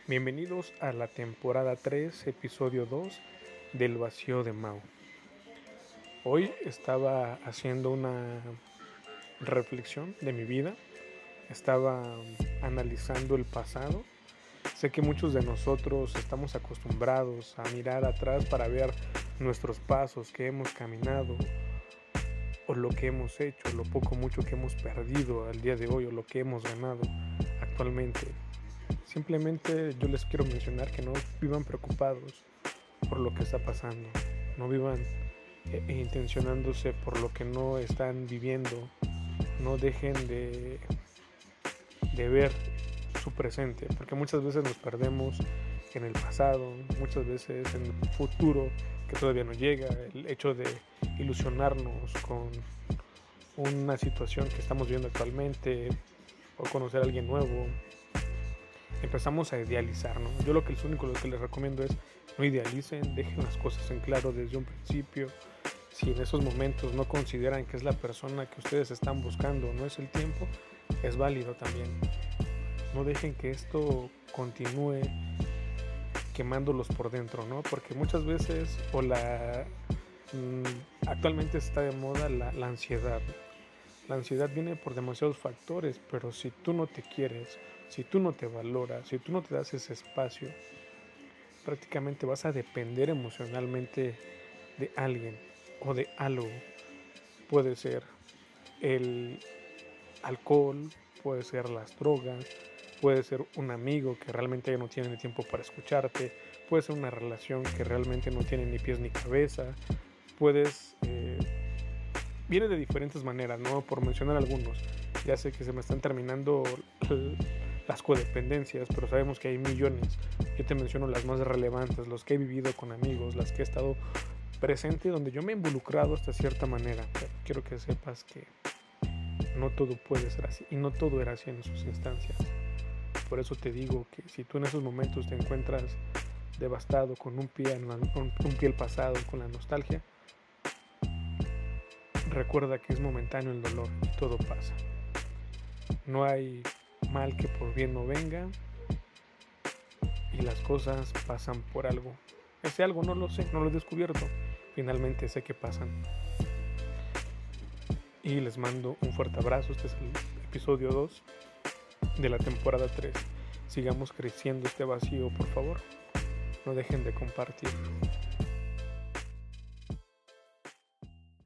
Bienvenidos a la temporada 3, episodio 2 del Vacío de Mao. Hoy estaba haciendo una reflexión de mi vida, estaba analizando el pasado. Sé que muchos de nosotros estamos acostumbrados a mirar atrás para ver nuestros pasos que hemos caminado, o lo que hemos hecho, lo poco o mucho que hemos perdido al día de hoy, o lo que hemos ganado actualmente. Simplemente yo les quiero mencionar que no vivan preocupados por lo que está pasando, no vivan intencionándose por lo que no están viviendo, no dejen de ver su presente, porque muchas veces nos perdemos en el pasado, muchas veces en el futuro que todavía no llega, el hecho de ilusionarnos con una situación que estamos viendo actualmente o conocer a alguien nuevo. Empezamos a idealizar, ¿no? Yo lo que les recomiendo es no idealicen, dejen las cosas en claro desde un principio. Si en esos momentos no consideran que es la persona que ustedes están buscando, no es el tiempo, es válido también. No dejen que esto continúe quemándolos por dentro, ¿no? Porque muchas veces actualmente está de moda la ansiedad. La ansiedad viene por demasiados factores, pero si tú no te quieres, si tú no te valoras, si tú no te das ese espacio, prácticamente vas a depender emocionalmente de alguien o de algo. Puede ser el alcohol, puede ser las drogas, puede ser un amigo que realmente no tiene ni tiempo para escucharte, puede ser una relación que realmente no tiene ni pies ni cabeza, viene de diferentes maneras, ¿no? Por mencionar algunos. Ya sé que se me están terminando las codependencias, pero sabemos que hay millones. Yo te menciono las más relevantes, los que he vivido con amigos, las que he estado presente, donde yo me he involucrado hasta cierta manera. Pero quiero que sepas que no todo puede ser así, y no todo era así en sus instancias. Por eso te digo que si tú en esos momentos te encuentras devastado, con un pie el pasado, con la nostalgia, recuerda que es momentáneo el dolor y todo pasa. No hay mal que por bien no venga, y las cosas pasan por algo. Ese algo no lo sé, no lo he descubierto. Finalmente sé que pasan. Y les mando un fuerte abrazo. Este es el episodio 2 de la temporada 3. Sigamos creciendo este vacío, por favor. No dejen de compartir.